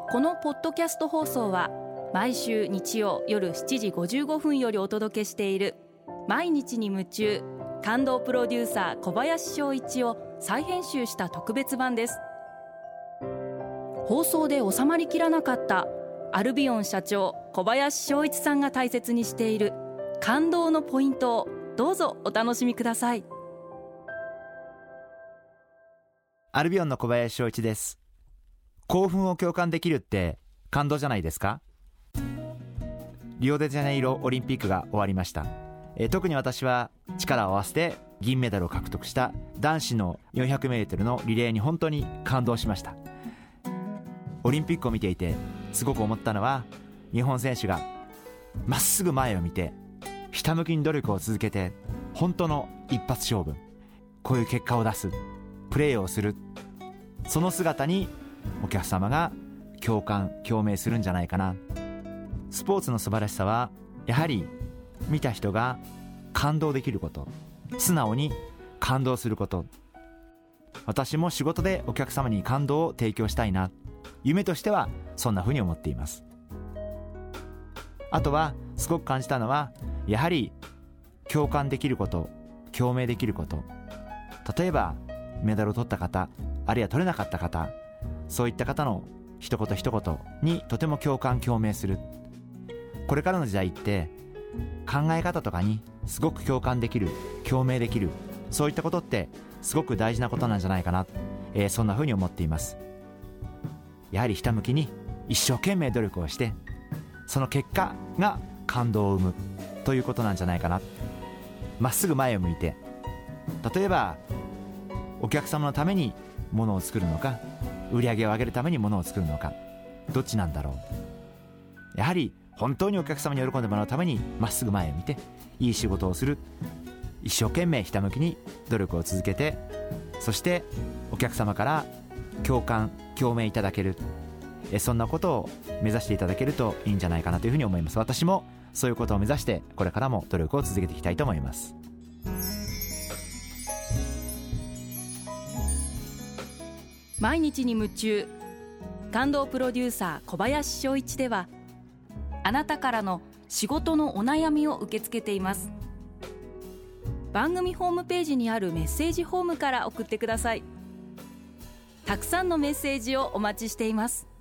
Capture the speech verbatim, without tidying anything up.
このポッドキャスト放送は毎週日曜夜しちじごじゅうごふんよりお届けしている毎日に夢中感動プロデューサー小林翔一を再編集した特別版です。放送で収まりきらなかったアルビオン社長小林翔一さんが大切にしている感動のポイントをどうぞお楽しみください。 アルビオンの小林翔一です。興奮を共感できるって感動じゃないですか。リオデジャネイロオリンピックが終わりました。えー、特に私は力を合わせて銀メダルを獲得した男子の よんひゃくメートル のリレーに本当に感動しました。オリンピックを見ていてすごく思ったのは、日本選手がまっすぐ前を見てひたむきに努力を続けて本当の一発勝負、こういう結果を出す、プレーをする、その姿にお客様が共感共鳴するんじゃないかな。スポーツの素晴らしさはやはり見た人が感動できること、素直に感動すること。私も仕事でお客様に感動を提供したいな、夢としてはそんな風に思っています。あとはすごく感じたのは、やはり共感できること、共鳴できること。例えばメダルを取った方、あるいは取れなかった方、そういった方の一言一言にとても共感共鳴する。これからの時代って考え方とかにすごく共感できる、共鳴できる、そういったことってすごく大事なことなんじゃないかな、えー、そんな風に思っています。やはりひたむきに一生懸命努力をして、その結果が感動を生むということなんじゃないかな。まっすぐ前を向いて、例えばお客様のために物を作るのか、売り上げを上げるために物を作るのか、どっちなんだろう。やはり本当にお客様に喜んでもらうためにまっすぐ前を見ていい仕事をする、一生懸命ひたむきに努力を続けて、そしてお客様から共感共鳴いただける、えそんなことを目指していただけるといいんじゃないかなというふうに思います。私もそういうことを目指してこれからも努力を続けていきたいと思います。 毎日に夢中感動プロデューサー小林翔一では、あなたからの仕事のお悩みを受け付けています。番組ホームページにあるメッセージフォームから送ってください。たくさんのメッセージをお待ちしています。